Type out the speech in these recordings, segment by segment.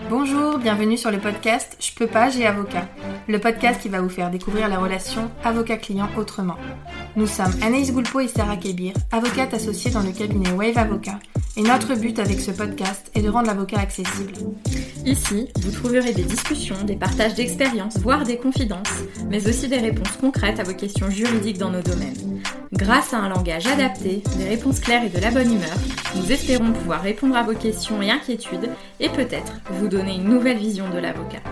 Bonjour, bienvenue sur le podcast Je peux pas, j'ai avocat. Le podcast qui va vous faire découvrir la relation avocat-client autrement. Nous sommes Anaïs Goulpeau et Sarah Kébir, avocates associées dans le cabinet Wave Avocat. Et notre but avec ce podcast est de rendre l'avocat accessible. Ici, vous trouverez des discussions, des partages d'expériences, voire des confidences, mais aussi des réponses concrètes à vos questions juridiques dans nos domaines. Grâce à un langage adapté, des réponses claires et de la bonne humeur, nous espérons pouvoir répondre à vos questions et inquiétudes et peut-être vous donner une nouvelle vision de l'avocat.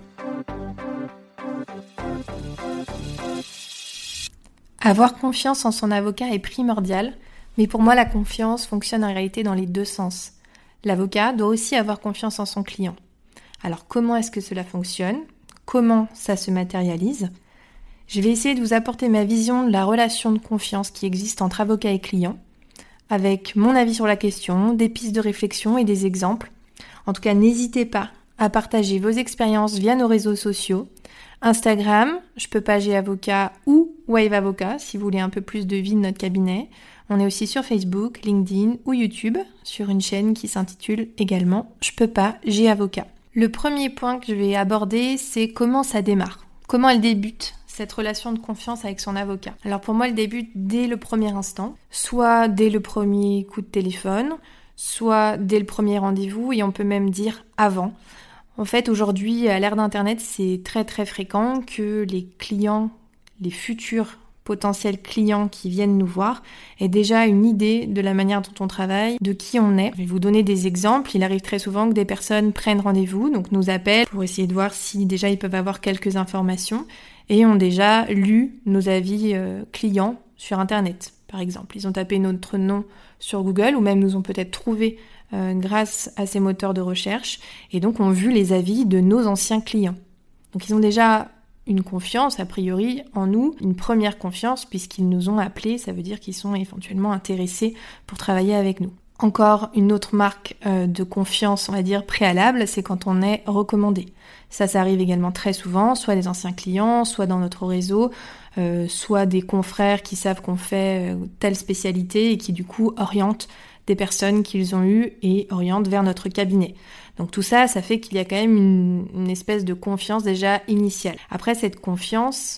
Avoir confiance en son avocat est primordial, mais pour moi la confiance fonctionne en réalité dans les deux sens. L'avocat doit aussi avoir confiance en son client. Alors comment est-ce que cela fonctionne ? Comment ça se matérialise ? Je vais essayer de vous apporter ma vision de la relation de confiance qui existe entre avocat et client, avec mon avis sur la question, des pistes de réflexion et des exemples. En tout cas, n'hésitez pas à partager vos expériences via nos réseaux sociaux, Instagram, Je peux pas, j'ai avocat ou Wave Avocat si vous voulez un peu plus de vie de notre cabinet. On est aussi sur Facebook, LinkedIn ou YouTube sur une chaîne qui s'intitule également Je peux pas, j'ai avocat. Le premier point que je vais aborder, c'est comment ça démarre. Comment elle débute cette relation de confiance avec son avocat. Alors pour moi, elle débute dès le premier instant, soit dès le premier coup de téléphone, soit dès le premier rendez-vous, et on peut même dire avant. En fait, aujourd'hui, à l'ère d'Internet, c'est très très fréquent que les clients, les futurs potentiels clients qui viennent nous voir aient déjà une idée de la manière dont on travaille, de qui on est. Je vais vous donner des exemples. Il arrive très souvent que des personnes prennent rendez-vous, donc nous appellent pour essayer de voir si déjà ils peuvent avoir quelques informations et ont déjà lu nos avis clients sur Internet, par exemple. Ils ont tapé notre nom sur Google ou même nous ont peut-être trouvé grâce à ces moteurs de recherche et donc ont vu les avis de nos anciens clients. Donc ils ont déjà une confiance, a priori, en nous, une première confiance, puisqu'ils nous ont appelés, ça veut dire qu'ils sont éventuellement intéressés pour travailler avec nous. Encore une autre marque de confiance, on va dire, préalable, c'est quand on est recommandé. Ça arrive également très souvent, soit des anciens clients, soit dans notre réseau, soit des confrères qui savent qu'on fait telle spécialité et qui du coup orientent des personnes qu'ils ont eues et orientent vers notre cabinet. Donc tout ça, ça fait qu'il y a quand même une espèce de confiance déjà initiale. Après, cette confiance,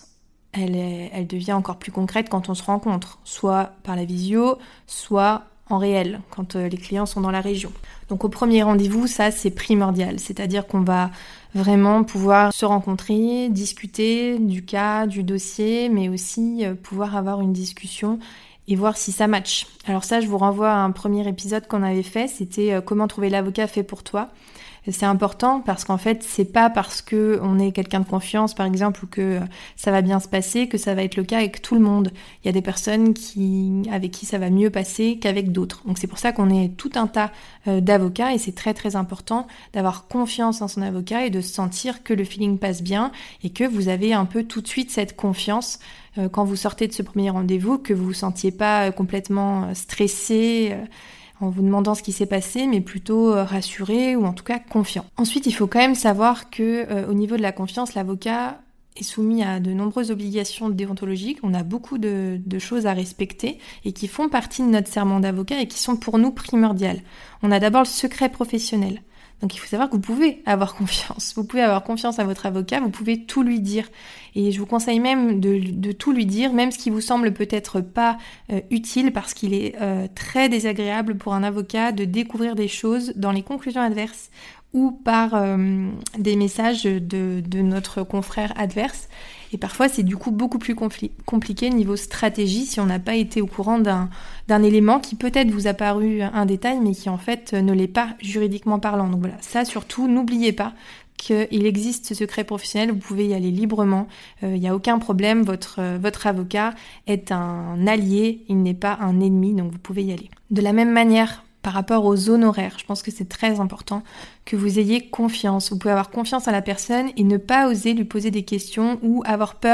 elle devient encore plus concrète quand on se rencontre, soit par la visio, soit en réel, quand les clients sont dans la région. Donc au premier rendez-vous, ça c'est primordial, c'est-à-dire qu'on va vraiment pouvoir se rencontrer, discuter du cas, du dossier, mais aussi pouvoir avoir une discussion et voir si ça match. Alors ça, je vous renvoie à un premier épisode qu'on avait fait, c'était comment trouver l'avocat fait pour toi. C'est important parce qu'en fait, c'est pas parce que on est quelqu'un de confiance, par exemple, ou que ça va bien se passer, que ça va être le cas avec tout le monde. Il y a des personnes avec qui ça va mieux passer qu'avec d'autres. Donc c'est pour ça qu'on est tout un tas d'avocats et c'est très très important d'avoir confiance en son avocat et de sentir que le feeling passe bien et que vous avez un peu tout de suite cette confiance quand vous sortez de ce premier rendez-vous, que vous vous sentiez pas complètement stressé en vous demandant ce qui s'est passé, mais plutôt rassuré ou en tout cas confiant. Ensuite, il faut quand même savoir que au niveau de la confiance, l'avocat est soumis à de nombreuses obligations déontologiques. On a beaucoup de choses à respecter et qui font partie de notre serment d'avocat et qui sont pour nous primordiales. On a d'abord le secret professionnel. Donc il faut savoir que vous pouvez avoir confiance. Vous pouvez avoir confiance à votre avocat, vous pouvez tout lui dire. Et je vous conseille même de tout lui dire, même ce qui vous semble peut-être pas utile, parce qu'il est très désagréable pour un avocat de découvrir des choses dans les conclusions adverses ou par des messages de notre confrère adverse. Et parfois, c'est du coup beaucoup plus compliqué niveau stratégie si on n'a pas été au courant d'un élément qui peut-être vous a paru un détail, mais qui en fait ne l'est pas juridiquement parlant. Donc voilà, ça surtout, n'oubliez pas qu'il existe ce secret professionnel, vous pouvez y aller librement, il n'y a aucun problème, votre avocat est un allié, il n'est pas un ennemi, donc vous pouvez y aller. De la même manière, par rapport aux honoraires, je pense que c'est très important que vous ayez confiance. Vous pouvez avoir confiance à la personne et ne pas oser lui poser des questions ou avoir peur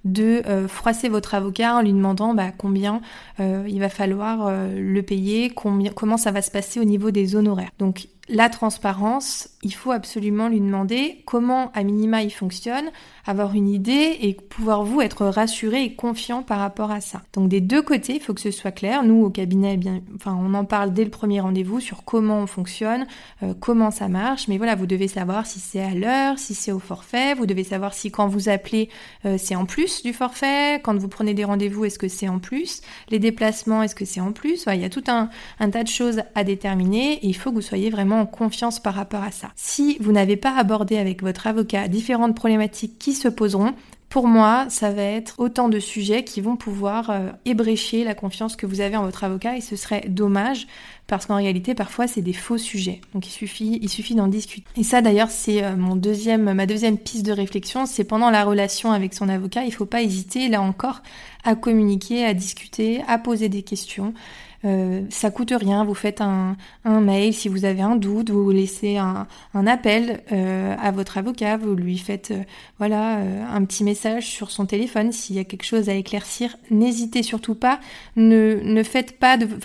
de froisser votre avocat en lui demandant combien il va falloir le payer, comment ça va se passer au niveau des honoraires. Donc la transparence, il faut absolument lui demander comment à minima il fonctionne, avoir une idée et pouvoir vous être rassuré et confiant par rapport à ça. Donc des deux côtés, il faut que ce soit clair. Nous au cabinet, on en parle dès le premier rendez-vous sur comment on fonctionne, comment ça marche. Mais voilà, vous devez savoir si c'est à l'heure, si c'est au forfait. Vous devez savoir si quand vous appelez, c'est en plus du forfait. Quand vous prenez des rendez-vous, est-ce que c'est en plus? Les déplacements, est-ce que c'est en plus? Il y a tout un tas de choses à déterminer et il faut que vous soyez vraiment en confiance par rapport à ça. Si vous n'avez pas abordé avec votre avocat différentes problématiques qui se poseront, pour moi, ça va être autant de sujets qui vont pouvoir ébrécher la confiance que vous avez en votre avocat et ce serait dommage parce qu'en réalité, parfois, c'est des faux sujets. Donc, il suffit d'en discuter. Et ça, d'ailleurs, c'est ma deuxième piste de réflexion, c'est pendant la relation avec son avocat, il faut pas hésiter, là encore, à communiquer, à discuter, à poser des questions. Ça coûte rien, vous faites un mail si vous avez un doute, vous laissez un appel à votre avocat, vous lui faites un petit message sur son téléphone s'il y a quelque chose à éclaircir. N'hésitez surtout pas, ne faites pas de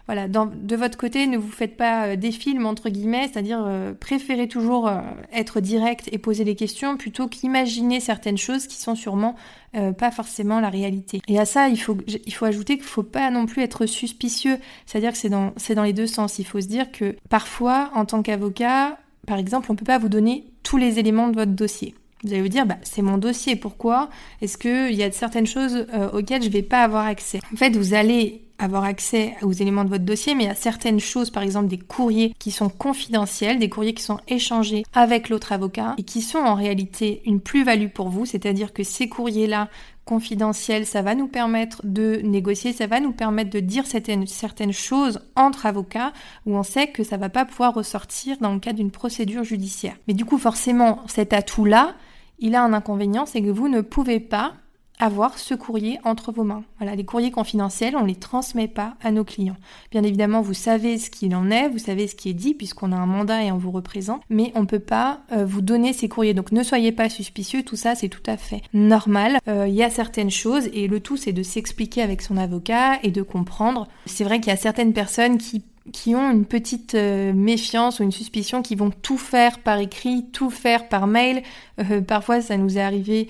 votre côté, ne vous faites pas des films entre guillemets, c'est-à-dire préférez toujours être direct et poser des questions plutôt qu'imaginer certaines choses qui sont sûrement pas forcément la réalité. Et à ça, il faut ajouter qu'il faut pas non plus être suspicieux, c'est-à-dire que c'est dans les deux sens. Il faut se dire que parfois, en tant qu'avocat, par exemple, on peut pas vous donner tous les éléments de votre dossier. Vous allez vous dire, c'est mon dossier, pourquoi est-ce qu'il y a certaines choses auxquelles je vais pas avoir accès? En fait, vous allez avoir accès aux éléments de votre dossier, mais il y a certaines choses, par exemple des courriers qui sont confidentiels, des courriers qui sont échangés avec l'autre avocat et qui sont en réalité une plus-value pour vous, c'est-à-dire que ces courriers-là confidentiels, ça va nous permettre de négocier, ça va nous permettre de dire certaines choses entre avocats où on sait que ça va pas pouvoir ressortir dans le cadre d'une procédure judiciaire. Mais du coup, forcément, cet atout-là, il a un inconvénient, c'est que vous ne pouvez pas avoir ce courrier entre vos mains. Voilà, les courriers confidentiels, on les transmet pas à nos clients. Bien évidemment, vous savez ce qu'il en est, vous savez ce qui est dit puisqu'on a un mandat et on vous représente, mais on peut pas vous donner ces courriers. Donc ne soyez pas suspicieux, tout ça c'est tout à fait normal. Il y a certaines choses et le tout c'est de s'expliquer avec son avocat et de comprendre. C'est vrai qu'il y a certaines personnes qui ont une petite méfiance ou une suspicion, qui vont tout faire par écrit, tout faire par mail. Parfois, ça nous est arrivé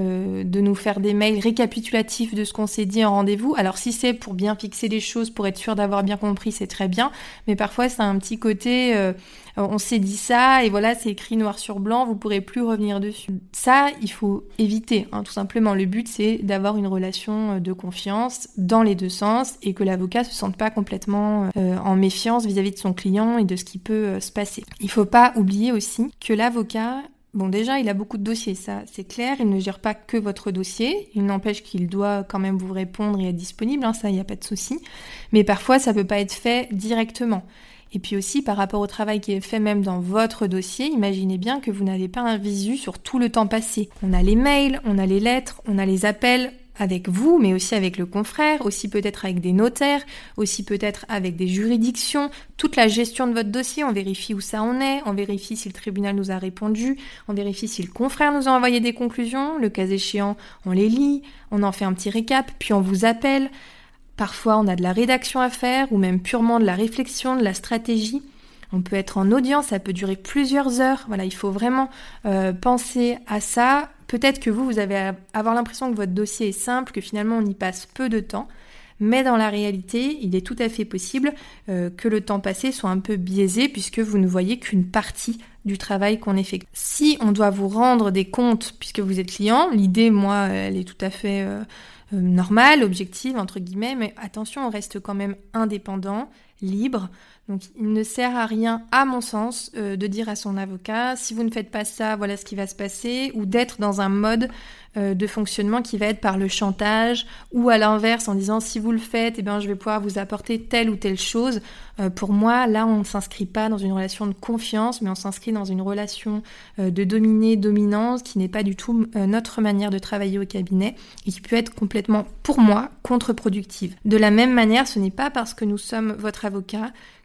de nous faire des mails récapitulatifs de ce qu'on s'est dit en rendez-vous. Alors, si c'est pour bien fixer les choses, pour être sûr d'avoir bien compris, c'est très bien. Mais parfois, c'est un petit côté... on s'est dit ça, et voilà, c'est écrit noir sur blanc, vous pourrez plus revenir dessus. Ça, il faut éviter, tout simplement. Le but, c'est d'avoir une relation de confiance dans les deux sens, et que l'avocat se sente pas complètement en méfiance vis-à-vis de son client et de ce qui peut se passer. Il faut pas oublier aussi que l'avocat, bon déjà il a beaucoup de dossiers, ça c'est clair, il ne gère pas que votre dossier, il n'empêche qu'il doit quand même vous répondre et être disponible, ça il n'y a pas de souci, mais parfois ça peut pas être fait directement. Et puis aussi par rapport au travail qui est fait même dans votre dossier, imaginez bien que vous n'avez pas un visu sur tout le temps passé. On a les mails, on a les lettres, on a les appels, avec vous, mais aussi avec le confrère, aussi peut-être avec des notaires, aussi peut-être avec des juridictions, toute la gestion de votre dossier, on vérifie où ça en est, on vérifie si le tribunal nous a répondu, on vérifie si le confrère nous a envoyé des conclusions, le cas échéant, on les lit, on en fait un petit récap, puis on vous appelle. Parfois, on a de la rédaction à faire, ou même purement de la réflexion, de la stratégie. On peut être en audience, ça peut durer plusieurs heures. Voilà, il faut vraiment penser à ça. Peut-être que vous allez avoir l'impression que votre dossier est simple, que finalement on y passe peu de temps, mais dans la réalité, il est tout à fait possible que le temps passé soit un peu biaisé puisque vous ne voyez qu'une partie du travail qu'on effectue. Si on doit vous rendre des comptes puisque vous êtes client, l'idée, moi, elle est tout à fait normale, objective, entre guillemets, mais attention, on reste quand même indépendant, libre. Donc il ne sert à rien, à mon sens, de dire à son avocat, si vous ne faites pas ça, voilà ce qui va se passer, ou d'être dans un mode de fonctionnement qui va être par le chantage, ou à l'inverse en disant si vous le faites, je vais pouvoir vous apporter telle ou telle chose. Pour moi, là, on ne s'inscrit pas dans une relation de confiance, mais on s'inscrit dans une relation de dominance qui n'est pas du tout notre manière de travailler au cabinet et qui peut être complètement, pour moi, contre-productive. De la même manière, ce n'est pas parce que nous sommes votre avocat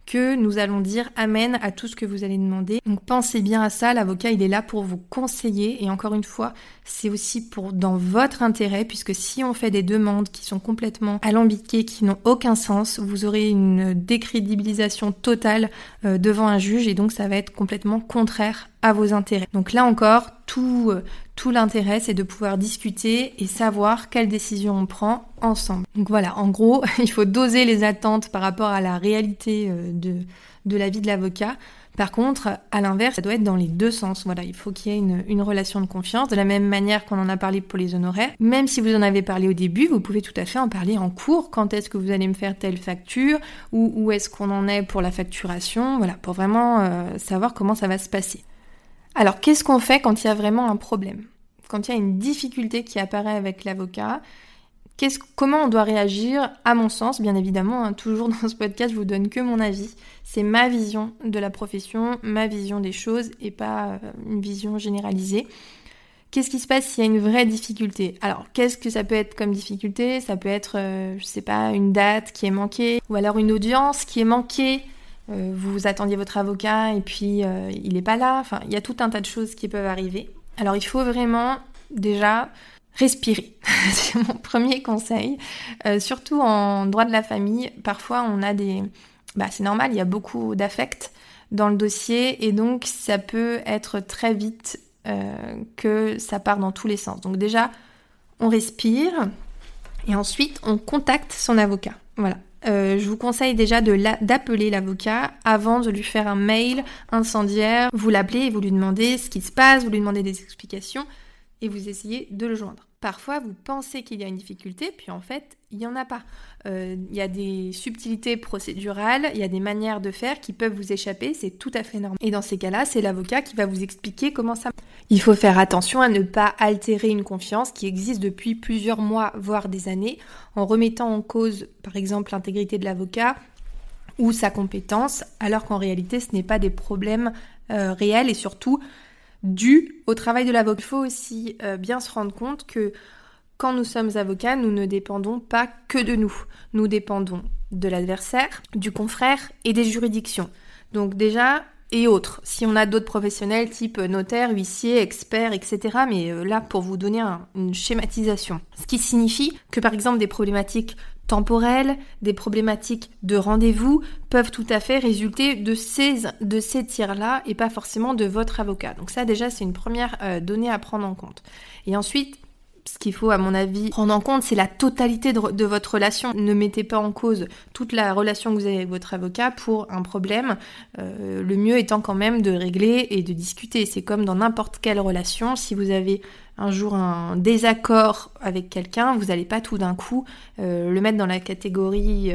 que nous allons dire amen à tout ce que vous allez demander. Donc pensez bien à ça, l'avocat il est là pour vous conseiller et encore une fois, c'est aussi dans votre intérêt puisque si on fait des demandes qui sont complètement alambiquées, qui n'ont aucun sens, vous aurez une décrédibilisation totale devant un juge et donc ça va être complètement contraire à vos intérêts. Donc là encore, tout l'intérêt c'est de pouvoir discuter et savoir quelle décision on prend ensemble. Donc voilà, en gros, il faut doser les attentes par rapport à la réalité de la vie de l'avocat. Par contre, à l'inverse, ça doit être dans les deux sens. Voilà, il faut qu'il y ait une relation de confiance, de la même manière qu'on en a parlé pour les honoraires. Même si vous en avez parlé au début, vous pouvez tout à fait en parler en cours. Quand est-ce que vous allez me faire telle facture ou où est-ce qu'on en est pour la facturation. Voilà, pour vraiment savoir comment ça va se passer. Alors, qu'est-ce qu'on fait quand il y a vraiment un problème ? Quand il y a une difficulté qui apparaît avec l'avocat, comment on doit réagir ? À mon sens, bien évidemment, toujours dans ce podcast, je vous donne que mon avis. C'est ma vision de la profession, ma vision des choses et pas une vision généralisée. Qu'est-ce qui se passe s'il y a une vraie difficulté ? Alors, qu'est-ce que ça peut être comme difficulté ? Ça peut être, une date qui est manquée ou alors une audience qui est manquée. Vous attendiez votre avocat et puis il n'est pas là. Enfin, il y a tout un tas de choses qui peuvent arriver. Alors, il faut vraiment déjà respirer. C'est mon premier conseil. Surtout en droit de la famille, parfois on a c'est normal, il y a beaucoup d'affect dans le dossier et donc ça peut être très vite que ça part dans tous les sens. Donc déjà, on respire et ensuite on contacte son avocat. Voilà. Je vous conseille déjà d'appeler l'avocat avant de lui faire un mail incendiaire. Vous l'appelez et vous lui demandez ce qui se passe, vous lui demandez des explications et vous essayez de le joindre. Parfois, vous pensez qu'il y a une difficulté, puis en fait, il n'y en a pas. Il y a des subtilités procédurales, il y a des manières de faire qui peuvent vous échapper, c'est tout à fait normal. Et dans ces cas-là, c'est l'avocat qui va vous expliquer comment ça marche. Il faut faire attention à ne pas altérer une confiance qui existe depuis plusieurs mois, voire des années, en remettant en cause, par exemple, l'intégrité de l'avocat ou sa compétence, alors qu'en réalité, ce n'est pas des problèmes réels et surtout dû au travail de l'avocat. Il faut aussi bien se rendre compte que quand nous sommes avocats, nous ne dépendons pas que de nous. Nous dépendons de l'adversaire, du confrère et des juridictions. Donc déjà, et autres. Si on a d'autres professionnels type notaire, huissier, expert, etc. Mais là, pour vous donner une schématisation. Ce qui signifie que par exemple des problématiques temporelles, des problématiques de rendez-vous peuvent tout à fait résulter de ces tiers-là et pas forcément de votre avocat. Donc ça déjà c'est une première donnée à prendre en compte. Et ensuite, ce qu'il faut à mon avis prendre en compte, c'est la totalité de votre relation. Ne mettez pas en cause toute la relation que vous avez avec votre avocat pour un problème. Le mieux étant quand même de régler et de discuter. C'est comme dans n'importe quelle relation. Si vous avez un jour un désaccord avec quelqu'un, vous n'allez pas tout d'un coup le mettre dans la catégorie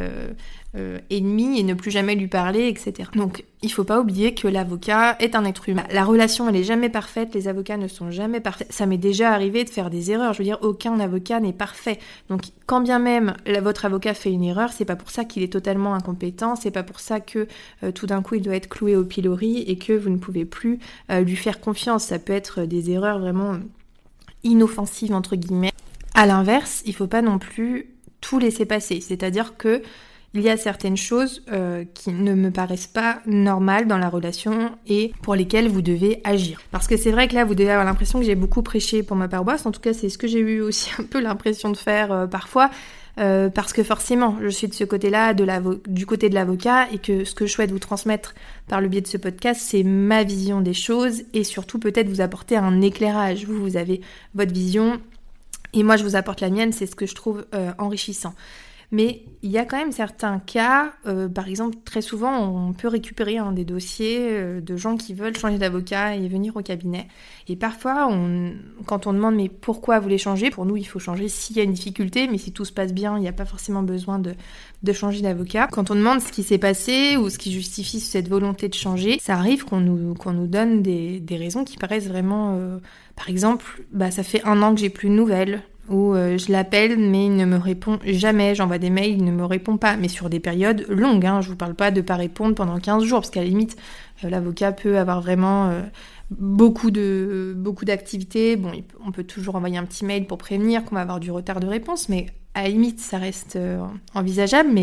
ennemi et ne plus jamais lui parler, etc. Donc il faut pas oublier que l'avocat est un être humain. La relation elle est jamais parfaite, les avocats ne sont jamais parfaits. Ça m'est déjà arrivé de faire des erreurs, je veux dire aucun avocat n'est parfait. Donc quand bien même votre avocat fait une erreur, c'est pas pour ça qu'il est totalement incompétent, c'est pas pour ça que tout d'un coup il doit être cloué au pilori et que vous ne pouvez plus lui faire confiance. Ça peut être des erreurs vraiment inoffensive entre guillemets. À l'inverse, il faut pas non plus tout laisser passer. C'est-à-dire que il y a certaines choses qui ne me paraissent pas normales dans la relation et pour lesquelles vous devez agir. Parce que c'est vrai que là, vous devez avoir l'impression que j'ai beaucoup prêché pour ma paroisse. En tout cas, c'est ce que j'ai eu aussi un peu l'impression de faire parfois. Parce que forcément, je suis de ce côté-là, du côté de l'avocat, et que ce que je souhaite vous transmettre par le biais de ce podcast, c'est ma vision des choses, et surtout peut-être vous apporter un éclairage. Vous avez votre vision, et moi je vous apporte la mienne, c'est ce que je trouve enrichissant. Mais il y a quand même certains cas, par exemple, très souvent, on peut récupérer des dossiers de gens qui veulent changer d'avocat et venir au cabinet. Et parfois, quand on demande « mais pourquoi vous voulez changer ?» Pour nous, il faut changer s'il y a une difficulté, mais si tout se passe bien, il n'y a pas forcément besoin de changer d'avocat. Quand on demande ce qui s'est passé ou ce qui justifie cette volonté de changer, ça arrive qu'on nous donne des raisons qui paraissent vraiment... par exemple, ça fait 1 an que j'ai plus de nouvelles. Où je l'appelle mais il ne me répond jamais, j'envoie des mails, il ne me répond pas, mais sur des périodes longues, je vous parle pas de pas répondre pendant 15 jours, parce qu'à la limite, l'avocat peut avoir vraiment beaucoup d'activités, bon, on peut toujours envoyer un petit mail pour prévenir qu'on va avoir du retard de réponse, mais à la limite, ça reste envisageable, mais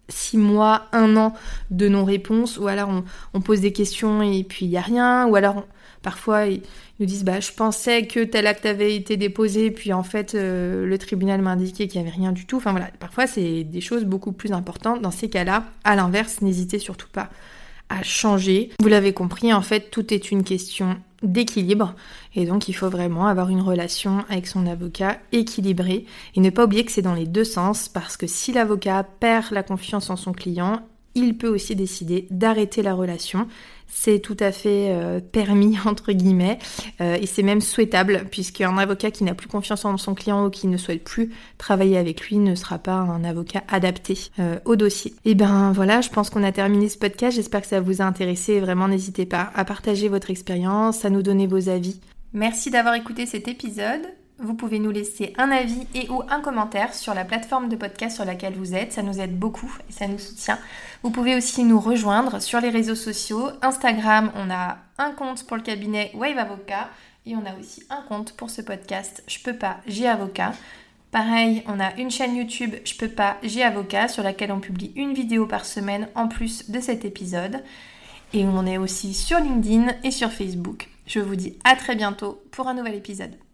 6 mois, 1 an de non-réponse, ou alors on pose des questions et puis il n'y a rien, ou alors parfois ils nous disent je pensais que tel acte avait été déposé, puis en fait le tribunal m'a indiqué qu'il n'y avait rien du tout. Enfin voilà, parfois c'est des choses beaucoup plus importantes. Dans ces cas-là, à l'inverse, n'hésitez surtout pas à changer. Vous l'avez compris, en fait, tout est une question d'équilibre et donc il faut vraiment avoir une relation avec son avocat équilibrée et ne pas oublier que c'est dans les deux sens, parce que si l'avocat perd la confiance en son client, il peut aussi décider d'arrêter la relation. C'est tout à fait permis, entre guillemets, et c'est même souhaitable, puisqu'un avocat qui n'a plus confiance en son client ou qui ne souhaite plus travailler avec lui ne sera pas un avocat adapté au dossier. Et voilà, je pense qu'on a terminé ce podcast, j'espère que ça vous a intéressé, et vraiment n'hésitez pas à partager votre expérience, à nous donner vos avis. Merci d'avoir écouté cet épisode. Vous pouvez nous laisser un avis et ou un commentaire sur la plateforme de podcast sur laquelle vous êtes. Ça nous aide beaucoup et ça nous soutient. Vous pouvez aussi nous rejoindre sur les réseaux sociaux. Instagram, on a un compte pour le cabinet Wave Avocat et on a aussi un compte pour ce podcast Je peux pas, j'ai avocat. Pareil, on a une chaîne YouTube Je peux pas, j'ai avocat sur laquelle on publie une vidéo par semaine en plus de cet épisode. Et on est aussi sur LinkedIn et sur Facebook. Je vous dis à très bientôt pour un nouvel épisode.